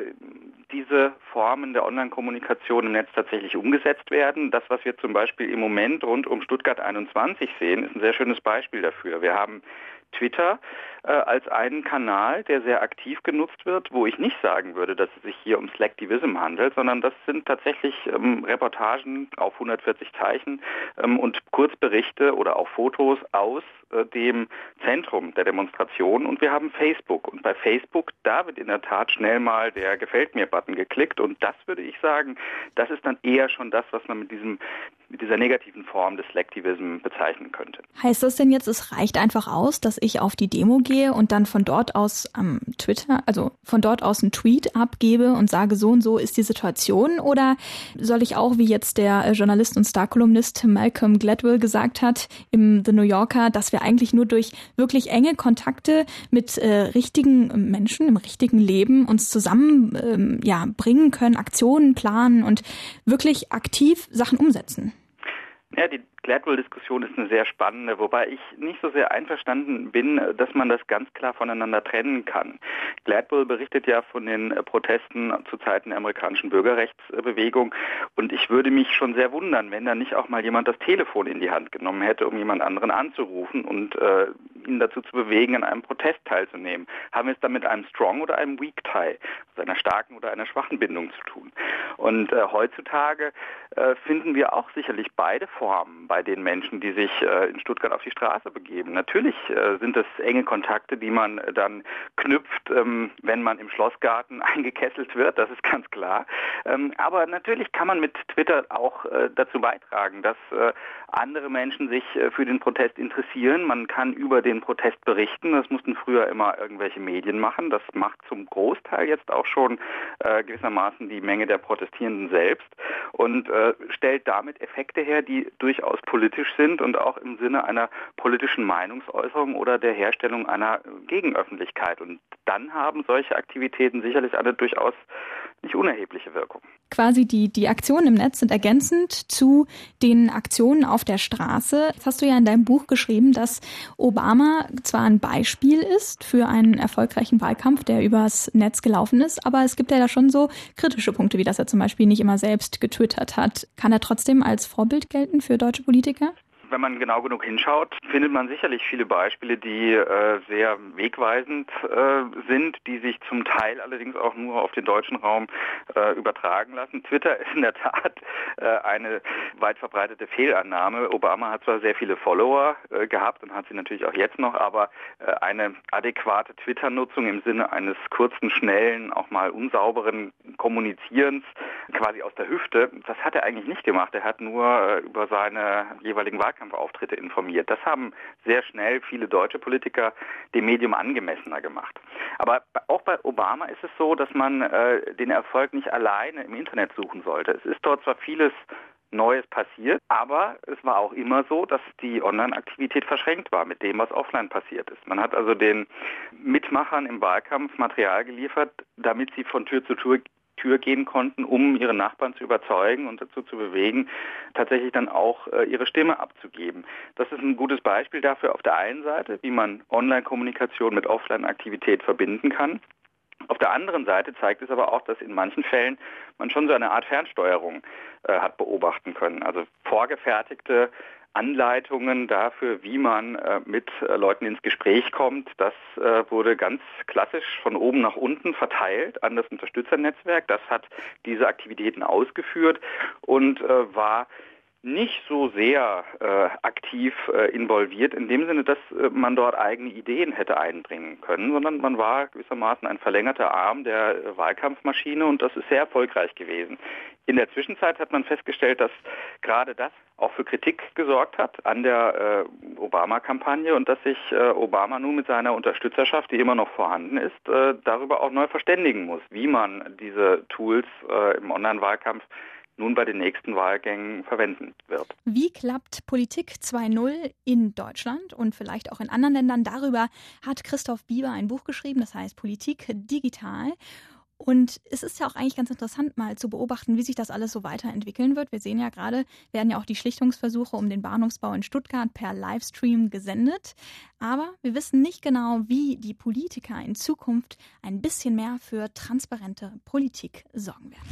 diese Formen der Online-Kommunikation im Netz tatsächlich umgesetzt werden. Das, was wir zum Beispiel im Moment rund um Stuttgart 21 sehen, ist ein sehr schönes Beispiel dafür. Wir haben Twitter als einen Kanal, der sehr aktiv genutzt wird, wo ich nicht sagen würde, dass es sich hier um Slacktivism handelt, sondern das sind tatsächlich Reportagen auf 140 Zeichen und Kurzberichte oder auch Fotos aus dem Zentrum der Demonstration. Und wir haben Facebook. Und bei Facebook, da wird in der Tat schnell mal der Gefällt-mir-Button geklickt. Und das würde ich sagen, das ist dann eher schon das, was man mit dieser negativen Form des Slacktivism bezeichnen könnte. Heißt das denn jetzt, es reicht einfach aus, dass ich auf die Demo gehe und dann von dort aus am Twitter, also von dort aus einen Tweet abgebe und sage, so und so ist die Situation? Oder soll ich auch, wie jetzt der Journalist und Star-Kolumnist Malcolm Gladwell gesagt hat im The New Yorker, dass wir eigentlich nur durch wirklich enge Kontakte mit richtigen Menschen im richtigen Leben uns zusammen bringen können, Aktionen planen und wirklich aktiv Sachen umsetzen? Ja, die Gladwell-Diskussion ist eine sehr spannende, wobei ich nicht so sehr einverstanden bin, dass man das ganz klar voneinander trennen kann. Gladwell berichtet ja von den Protesten zu Zeiten der amerikanischen Bürgerrechtsbewegung und ich würde mich schon sehr wundern, wenn da nicht auch mal jemand das Telefon in die Hand genommen hätte, um jemand anderen anzurufen und ihn dazu zu bewegen, an einem Protest teilzunehmen. Haben wir es dann mit einem Strong oder einem Weak Tie, also einer starken oder einer schwachen Bindung zu tun? Und heutzutage finden wir auch sicherlich beide Formen bei den Menschen, die sich in Stuttgart auf die Straße begeben. Natürlich sind das enge Kontakte, die man dann knüpft, wenn man im Schlossgarten eingekesselt wird, das ist ganz klar. Aber natürlich kann man mit Twitter auch dazu beitragen, dass andere Menschen sich für den Protest interessieren. Man kann über den Protest berichten. Das mussten früher immer irgendwelche Medien machen. Das macht zum Großteil jetzt auch schon gewissermaßen die Menge der Protestierenden selbst und stellt damit Effekte her, die durchaus politisch sind und auch im Sinne einer politischen Meinungsäußerung oder der Herstellung einer Gegenöffentlichkeit. Und dann haben solche Aktivitäten sicherlich eine durchaus nicht unerhebliche Wirkung. Quasi die Aktionen im Netz sind ergänzend zu den Aktionen auf der Straße. Jetzt hast du ja in deinem Buch geschrieben, dass Obama zwar ein Beispiel ist für einen erfolgreichen Wahlkampf, der übers Netz gelaufen ist, aber es gibt ja da schon so kritische Punkte, wie dass er zum Beispiel nicht immer selbst getwittert hat. Kann er trotzdem als Vorbild gelten für deutsche Politiker? Wenn man genau genug hinschaut, findet man sicherlich viele Beispiele, die sehr wegweisend sind, die sich zum Teil allerdings auch nur auf den deutschen Raum übertragen lassen. Twitter ist in der Tat eine weit verbreitete Fehlannahme. Obama hat zwar sehr viele Follower gehabt und hat sie natürlich auch jetzt noch, aber eine adäquate Twitter-Nutzung im Sinne eines kurzen, schnellen, auch mal unsauberen Kommunizierens quasi aus der Hüfte, das hat er eigentlich nicht gemacht. Er hat nur über seine jeweiligen Wahlkampfauftritte informiert. Das haben sehr schnell viele deutsche Politiker dem Medium angemessener gemacht. Aber auch bei Obama ist es so, dass man den Erfolg nicht alleine im Internet suchen sollte. Es ist dort zwar vieles Neues passiert, aber es war auch immer so, dass die Online-Aktivität verschränkt war mit dem, was offline passiert ist. Man hat also den Mitmachern im Wahlkampf Material geliefert, damit sie von Tür zu Tür gehen konnten, um ihre Nachbarn zu überzeugen und dazu zu bewegen, tatsächlich dann auch ihre Stimme abzugeben. Das ist ein gutes Beispiel dafür auf der einen Seite, wie man Online-Kommunikation mit Offline-Aktivität verbinden kann. Auf der anderen Seite zeigt es aber auch, dass in manchen Fällen man schon so eine Art Fernsteuerung hat beobachten können. Also vorgefertigte Anleitungen dafür, wie man mit Leuten ins Gespräch kommt. Das wurde ganz klassisch von oben nach unten verteilt an das Unterstützernetzwerk. Das hat diese Aktivitäten ausgeführt und war nicht so sehr aktiv involviert, in dem Sinne, dass man dort eigene Ideen hätte einbringen können, sondern man war gewissermaßen ein verlängerter Arm der Wahlkampfmaschine und das ist sehr erfolgreich gewesen. In der Zwischenzeit hat man festgestellt, dass gerade das auch für Kritik gesorgt hat an der Obama-Kampagne und dass sich Obama nun mit seiner Unterstützerschaft, die immer noch vorhanden ist, darüber auch neu verständigen muss, wie man diese Tools im Online-Wahlkampf nun bei den nächsten Wahlgängen verwenden wird. Wie klappt Politik 2.0 in Deutschland und vielleicht auch in anderen Ländern? Darüber hat Christoph Bieber ein Buch geschrieben, das heißt Politik digital. Und es ist ja auch eigentlich ganz interessant, mal zu beobachten, wie sich das alles so weiterentwickeln wird. Wir sehen ja gerade, werden ja auch die Schlichtungsversuche um den Bahnhofsbau in Stuttgart per Livestream gesendet. Aber wir wissen nicht genau, wie die Politiker in Zukunft ein bisschen mehr für transparente Politik sorgen werden.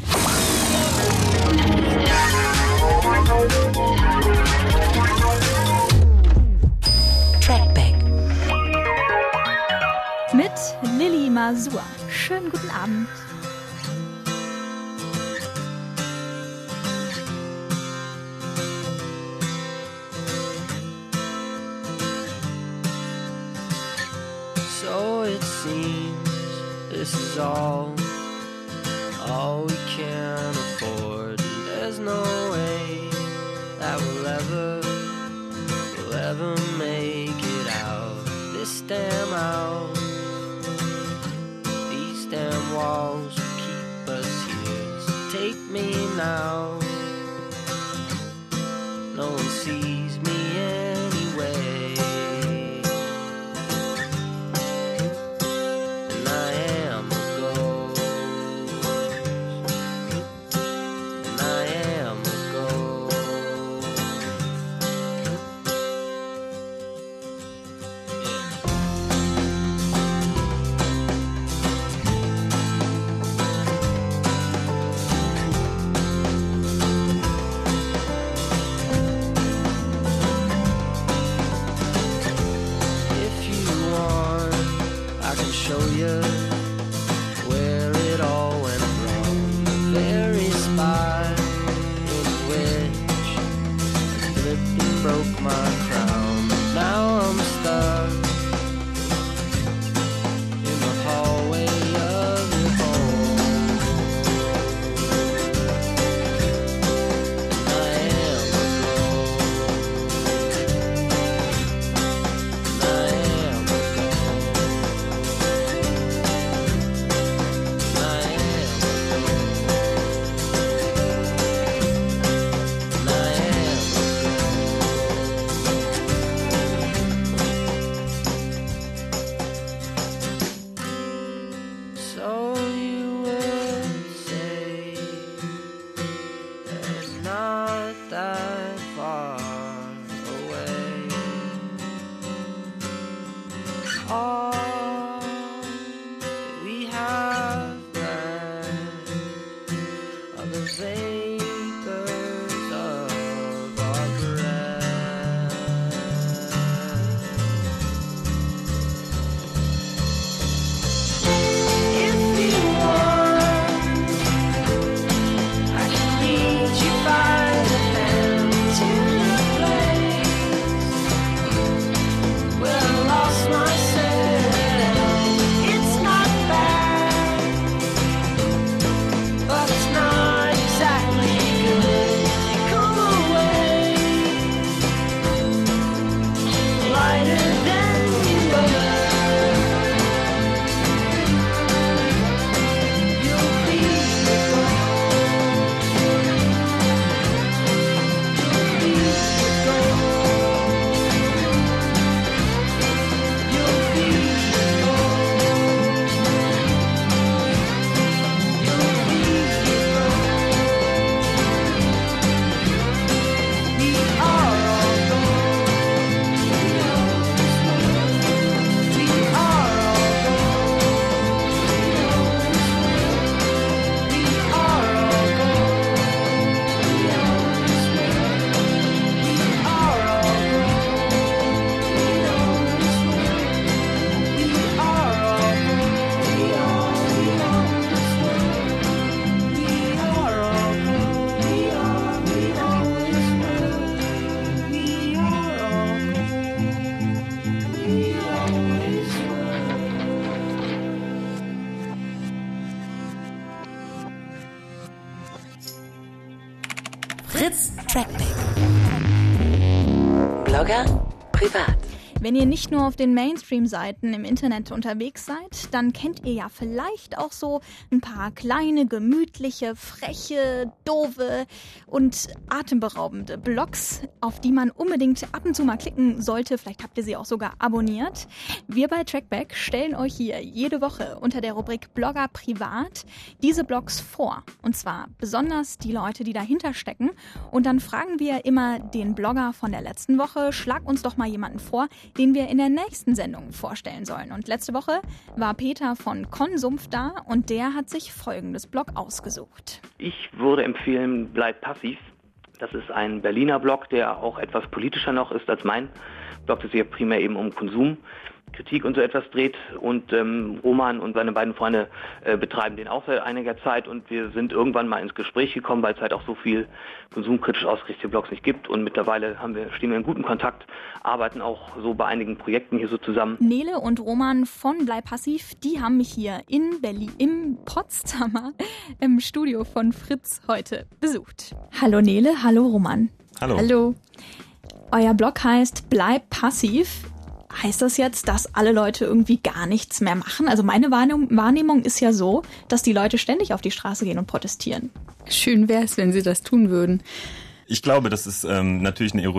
Trackback. Mit Lilly Masur. Schönen guten Abend. So it seems this is all we can afford. There's no way that we'll ever make it out this damn house. Damn walls keep us here, so take me now. No one sees me anyway, and I am a ghost, and I am a ghost. Show you where it all went wrong. The very spot in which I slipped and broke my crown. Now I'm stuck in the hallway of your home, and I am a ghost, and I am a ghost. So you would say they're not that far away. All that we have left are the vapors of our breath. If you want, I can lead you by the hand to the place where I lost myself. It's not bad, but it's not exactly Fritz Trackback. Blogger privat. Wenn ihr nicht nur auf den Mainstream-Seiten im Internet unterwegs seid, dann kennt ihr ja vielleicht auch so ein paar kleine, gemütliche, freche, doofe und atemberaubende Blogs, auf die man unbedingt ab und zu mal klicken sollte. Vielleicht habt ihr sie auch sogar abonniert. Wir bei Trackback stellen euch hier jede Woche unter der Rubrik Blogger privat diese Blogs vor. Und zwar besonders die Leute, die dahinter stecken. Und dann fragen wir immer den Blogger von der letzten Woche, schlag uns doch mal jemanden vor, den wir in der nächsten Sendung vorstellen sollen. Und letzte Woche war Peter von Konsumf da und der hat sich folgendes Blog ausgesucht. Ich würde empfehlen, Bleib passiv. Das ist ein Berliner Blog, der auch etwas politischer noch ist als mein Blog, das sich ja primär eben um Konsumkritik und so etwas dreht. Und Roman und seine beiden Freunde betreiben den auch seit einiger Zeit und wir sind irgendwann mal ins Gespräch gekommen, weil es halt auch so viel konsumkritisch ausgerichtete Blogs nicht gibt. Und mittlerweile stehen wir in gutem Kontakt, arbeiten auch so bei einigen Projekten hier so zusammen. Nele und Roman von Bleib passiv, die haben mich hier in Berlin, im Potsdamer im Studio von Fritz heute besucht. Hallo Nele, hallo Roman. Hallo. Hallo. Euer Blog heißt Bleib passiv. Heißt das jetzt, dass alle Leute irgendwie gar nichts mehr machen? Also meine Wahrnehmung ist ja so, dass die Leute ständig auf die Straße gehen und protestieren. Schön wäre es, wenn sie das tun würden. Ich glaube, das ist natürlich eine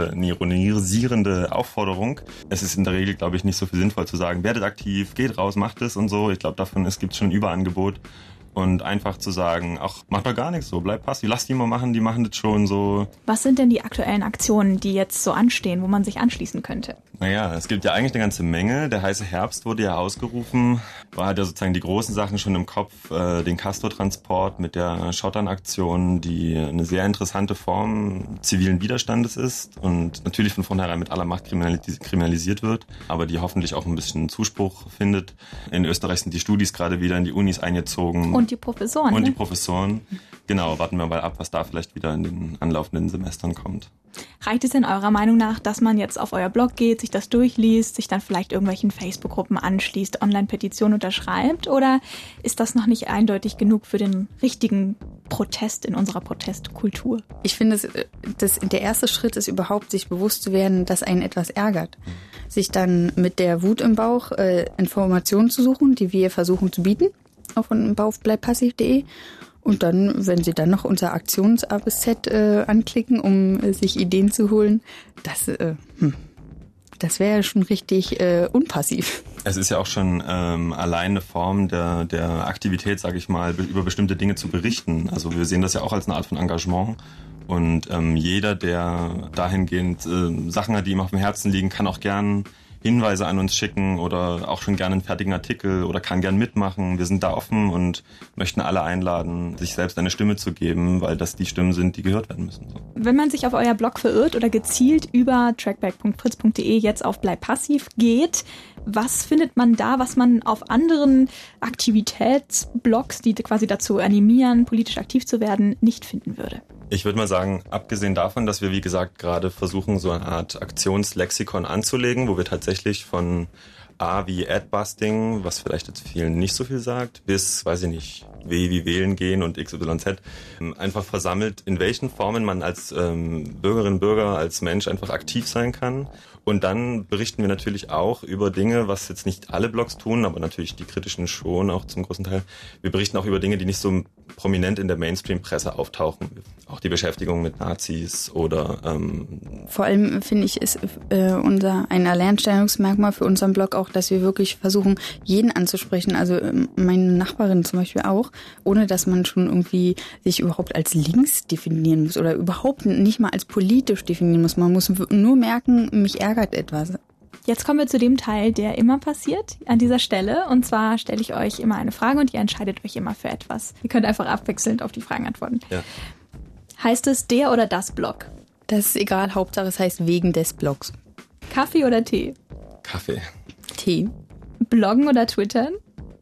ironisierende Aufforderung. Es ist in der Regel, glaube ich, nicht so viel sinnvoll zu sagen, werdet aktiv, geht raus, macht es und so. Ich glaube, es gibt schon ein Überangebot. Und einfach zu sagen, ach, macht doch gar nichts so, bleibt passiv, lasst die mal machen, die machen das schon so. Was sind denn die aktuellen Aktionen, die jetzt so anstehen, wo man sich anschließen könnte? Naja, es gibt ja eigentlich eine ganze Menge. Der heiße Herbst wurde ja ausgerufen. Hat ja sozusagen die großen Sachen schon im Kopf. Den Castor-Transport mit der Schottern-Aktion, die eine sehr interessante Form zivilen Widerstandes ist und natürlich von vornherein mit aller Macht kriminalisiert wird, aber die hoffentlich auch ein bisschen Zuspruch findet. In Österreich sind die Studis gerade wieder in die Unis eingezogen. Und die Professoren. Und die Professoren. Genau, warten wir mal ab, was da vielleicht wieder in den anlaufenden Semestern kommt. Reicht es denn eurer Meinung nach, dass man jetzt auf euer Blog geht, sich das durchliest, sich dann vielleicht irgendwelchen Facebook-Gruppen anschließt, Online-Petitionen unterschreibt? Oder ist das noch nicht eindeutig genug für den richtigen Protest in unserer Protestkultur? Ich finde, der erste Schritt ist überhaupt, sich bewusst zu werden, dass einen etwas ärgert. Sich dann mit der Wut im Bauch Informationen zu suchen, die wir versuchen zu bieten, auf bleibpassiv.de. Und dann, wenn Sie dann noch unser Aktions-A-bis-Z anklicken, um sich Ideen zu holen, das wäre ja schon richtig unpassiv. Es ist ja auch schon allein eine Form der Aktivität, sage ich mal, über bestimmte Dinge zu berichten. Also wir sehen das ja auch als eine Art von Engagement. Und jeder, der dahingehend Sachen hat, die ihm auf dem Herzen liegen, kann auch gern Hinweise an uns schicken oder auch schon gerne einen fertigen Artikel oder kann gern mitmachen. Wir sind da offen und möchten alle einladen, sich selbst eine Stimme zu geben, weil das die Stimmen sind, die gehört werden müssen. So. Wenn man sich auf euer Blog verirrt oder gezielt über trackback.fritz.de jetzt auf Bleib passiv geht, was findet man da, was man auf anderen Aktivitätsblogs, die quasi dazu animieren, politisch aktiv zu werden, nicht finden würde? Ich würde mal sagen, abgesehen davon, dass wir, wie gesagt, gerade versuchen, so eine Art Aktionslexikon anzulegen, wo wir tatsächlich von A wie Adbusting, was vielleicht jetzt vielen nicht so viel sagt, bis, weiß ich nicht, W wie wählen gehen und XYZ, einfach versammelt, in welchen Formen man als Bürgerin, Bürger, als Mensch einfach aktiv sein kann. Und dann berichten wir natürlich auch über Dinge, was jetzt nicht alle Blogs tun, aber natürlich die kritischen schon auch zum großen Teil. Wir berichten auch über Dinge, die nicht so prominent in der Mainstream-Presse auftauchen. Auch die Beschäftigung mit Nazis oder vor allem finde ich, ist ein Alleinstellungsmerkmal für unseren Blog auch, dass wir wirklich versuchen, jeden anzusprechen. Also meine Nachbarin zum Beispiel auch, ohne dass man schon irgendwie sich überhaupt als links definieren muss oder überhaupt nicht mal als politisch definieren muss. Man muss nur merken, mich ärgert etwas. Jetzt kommen wir zu dem Teil, der immer passiert an dieser Stelle. Und zwar stelle ich euch immer eine Frage und ihr entscheidet euch immer für etwas. Ihr könnt einfach abwechselnd auf die Fragen antworten. Ja. Heißt es der oder das Blog? Das ist egal, Hauptsache es heißt wegen des Blogs. Kaffee oder Tee? Kaffee. Tee. Bloggen oder Twittern?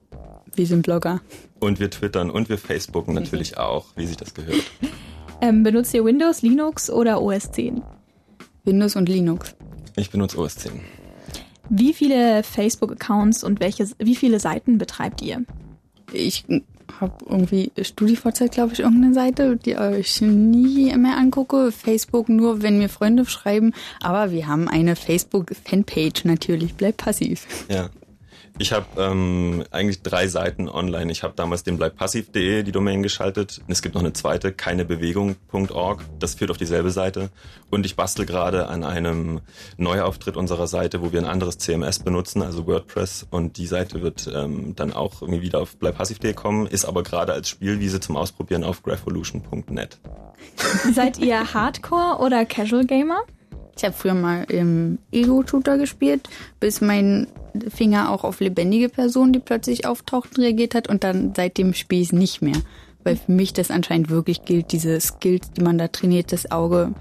Wir sind Blogger. Und wir twittern und wir Facebooken natürlich auch, wie sich das gehört. Benutzt ihr Windows, Linux oder OS 10? Windows und Linux. Ich benutze OS 10. Wie viele Facebook-Accounts und wie viele Seiten betreibt ihr? Ich habe irgendwie StudiVZ, glaube ich, irgendeine Seite, die ich nie mehr angucke. Facebook nur, wenn mir Freunde schreiben. Aber wir haben eine Facebook-Fanpage natürlich. Bleib passiv. Ja. Ich habe eigentlich 3 Seiten online. Ich habe damals den bleibpassiv.de, die Domain, geschaltet. Es gibt noch eine zweite, keinebewegung.org. Das führt auf dieselbe Seite. Und ich bastel gerade an einem Neuauftritt unserer Seite, wo wir ein anderes CMS benutzen, also WordPress. Und die Seite wird dann auch irgendwie wieder auf bleibpassiv.de kommen, ist aber gerade als Spielwiese zum Ausprobieren auf grapholution.net. Seid ihr Hardcore oder Casual Gamer? Ich habe früher mal im Ego-Shooter gespielt, bis mein Finger auch auf lebendige Personen, die plötzlich auftauchten, reagiert hat und dann seitdem spiele ich es nicht mehr. Weil für mich das anscheinend wirklich gilt, diese Skills, die man da trainiert, das Auge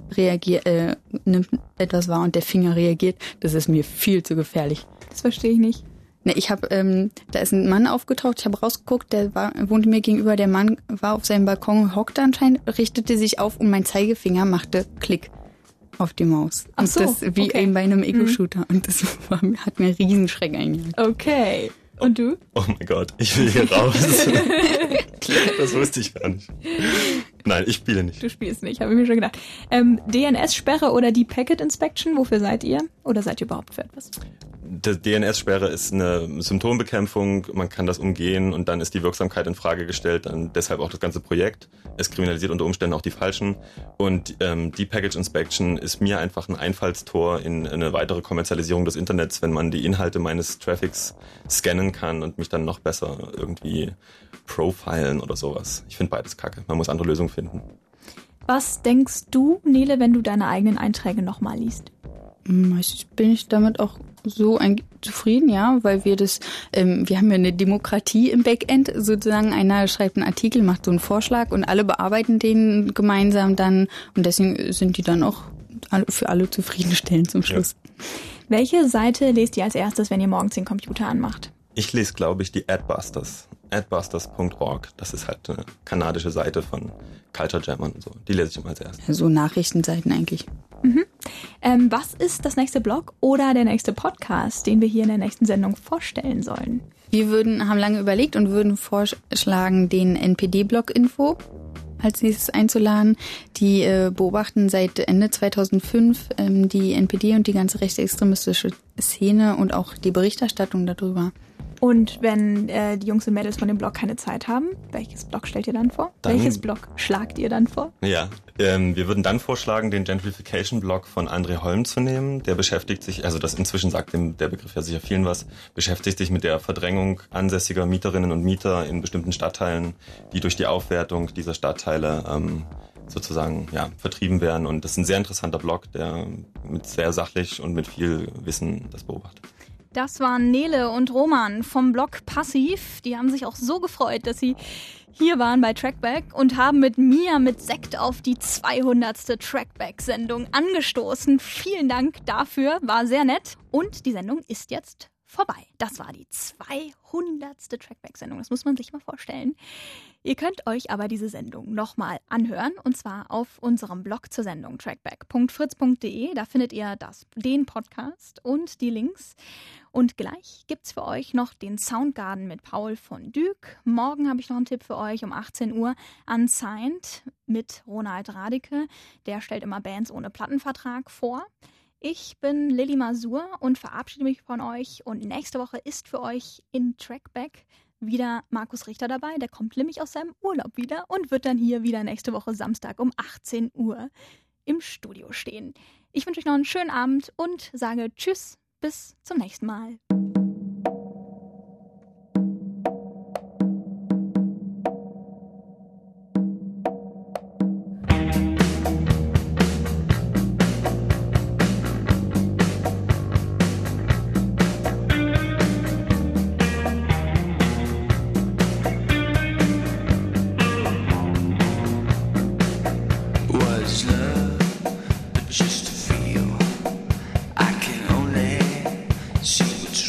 nimmt etwas wahr und der Finger reagiert, das ist mir viel zu gefährlich. Das verstehe ich nicht. Ne, da ist ein Mann aufgetaucht, ich habe rausgeguckt, wohnte mir gegenüber, der Mann war auf seinem Balkon, hockte anscheinend, richtete sich auf und mein Zeigefinger machte Klick auf die Maus. Ach so, und das wie okay. eben bei einem Ego-Shooter. Und das hat mir Riesenschreck eingejagt. Okay. Und du? Oh mein Gott, ich will hier raus. Das wusste ich gar nicht. Nein, ich spiele nicht. Du spielst nicht, habe ich mir schon gedacht. DNS-Sperre oder die Packet Inspection, wofür seid ihr? Oder seid ihr überhaupt für etwas? Die DNS-Sperre ist eine Symptombekämpfung, man kann das umgehen und dann ist die Wirksamkeit in Frage gestellt, dann deshalb auch das ganze Projekt. Es kriminalisiert unter Umständen auch die Falschen. Und die Package Inspection ist mir einfach ein Einfallstor in eine weitere Kommerzialisierung des Internets, wenn man die Inhalte meines Traffics scannen kann und mich dann noch besser irgendwie profilen oder sowas. Ich finde beides kacke. Man muss andere Lösungen finden. Was denkst du, Nele, wenn du deine eigenen Einträge nochmal liest? Meistens bin ich damit auch so zufrieden, ja, weil wir haben ja eine Demokratie im Backend, sozusagen einer schreibt einen Artikel, macht so einen Vorschlag und alle bearbeiten den gemeinsam dann und deswegen sind die dann auch für alle zufriedenstellend zum Schluss. Ja. Welche Seite lest ihr als erstes, wenn ihr morgens den Computer anmacht? Ich lese, glaube ich, die Adbusters. Adbusters.org. Das ist halt eine kanadische Seite von Culture Jammern und so. Die lese ich immer als erstes. So Nachrichtenseiten eigentlich. Mhm. Was ist das nächste Blog oder der nächste Podcast, den wir hier in der nächsten Sendung vorstellen sollen? Wir haben lange überlegt und würden vorschlagen, den NPD-Blog-Info als nächstes einzuladen. Die beobachten seit Ende 2005 die NPD und die ganze rechtsextremistische Szene und auch die Berichterstattung darüber. Und wenn die Jungs und Mädels von dem Blog keine Zeit haben, welches Blog stellt ihr dann vor? Welches Blog schlagt ihr dann vor? Ja, wir würden dann vorschlagen, den Gentrification-Blog von André Holm zu nehmen. Der beschäftigt sich, also das inzwischen sagt der Begriff ja sicher vielen was, beschäftigt sich mit der Verdrängung ansässiger Mieterinnen und Mieter in bestimmten Stadtteilen, die durch die Aufwertung dieser Stadtteile sozusagen vertrieben werden. Und das ist ein sehr interessanter Blog, der mit sehr sachlich und mit viel Wissen das beobachtet. Das waren Nele und Roman vom Blog Passiv. Die haben sich auch so gefreut, dass sie hier waren bei Trackback und haben mit mir mit Sekt auf die 200. Trackback-Sendung angestoßen. Vielen Dank dafür, war sehr nett. Und die Sendung ist jetzt vorbei. Das war die 200. Trackback-Sendung, das muss man sich mal vorstellen. Ihr könnt euch aber diese Sendung nochmal anhören und zwar auf unserem Blog zur Sendung trackback.fritz.de. Da findet ihr den Podcast und die Links. Und gleich gibt's für euch noch den Soundgarden mit Paul von Dyk. Morgen habe ich noch einen Tipp für euch um 18 Uhr. Unsigned mit Ronald Radeke. Der stellt immer Bands ohne Plattenvertrag vor. Ich bin Lilly Masur und verabschiede mich von euch. Und nächste Woche ist für euch in Trackback wieder Markus Richter dabei. Der kommt nämlich aus seinem Urlaub wieder und wird dann hier wieder nächste Woche Samstag um 18 Uhr im Studio stehen. Ich wünsche euch noch einen schönen Abend und sage Tschüss, bis zum nächsten Mal. Just to feel I can only see what's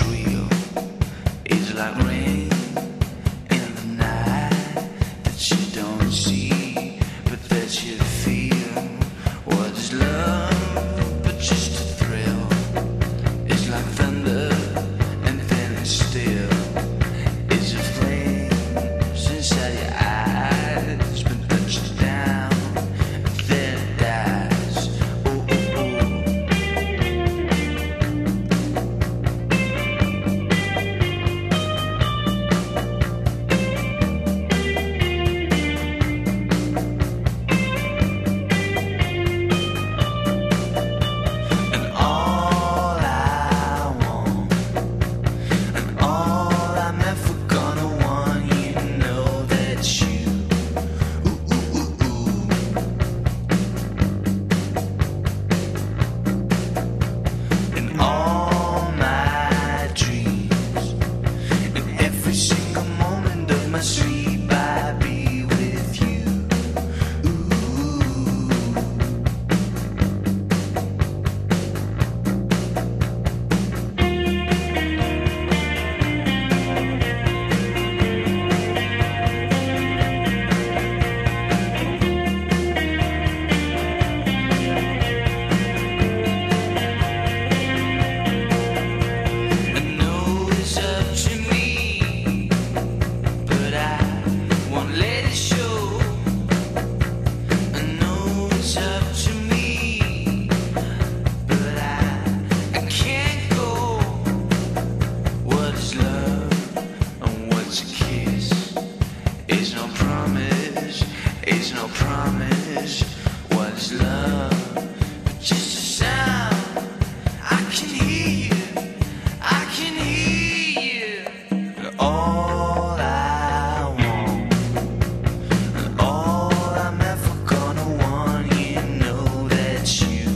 promise was love, just a sound. I can hear you, I can hear you. All I want, all I'm ever gonna want, you know that's you.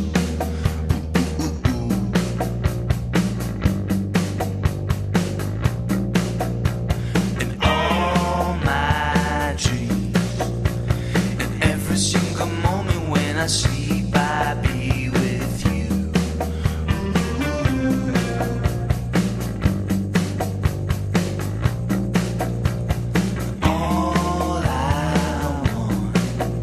And all my dreams, and every single moment when I sleep, I be with you. All I want,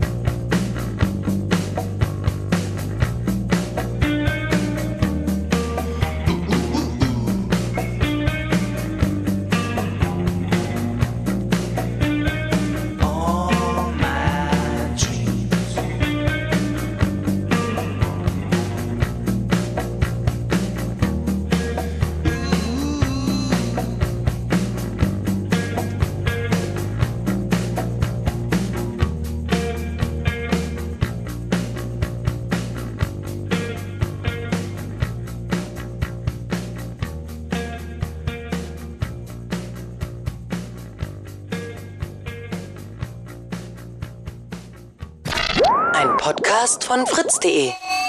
all my dreams. Ein Podcast von fritz.de.